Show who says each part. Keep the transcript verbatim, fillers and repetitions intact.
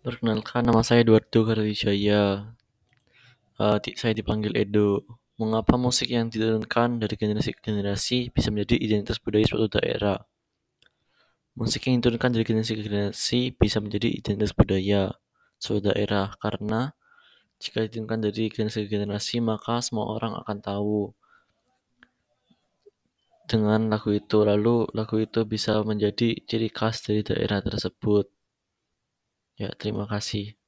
Speaker 1: Perkenalkan, nama saya Eduardo Garwijaya. Eh, di- saya dipanggil Edo. Mengapa musik yang diturunkan dari generasi ke generasi bisa menjadi identitas budaya suatu daerah? Musik yang diturunkan dari generasi ke generasi bisa menjadi identitas budaya suatu daerah karena jika diturunkan dari generasi ke generasi maka semua orang akan tahu dengan lagu itu. Lalu lagu itu bisa menjadi ciri khas dari daerah tersebut. Ya, terima kasih.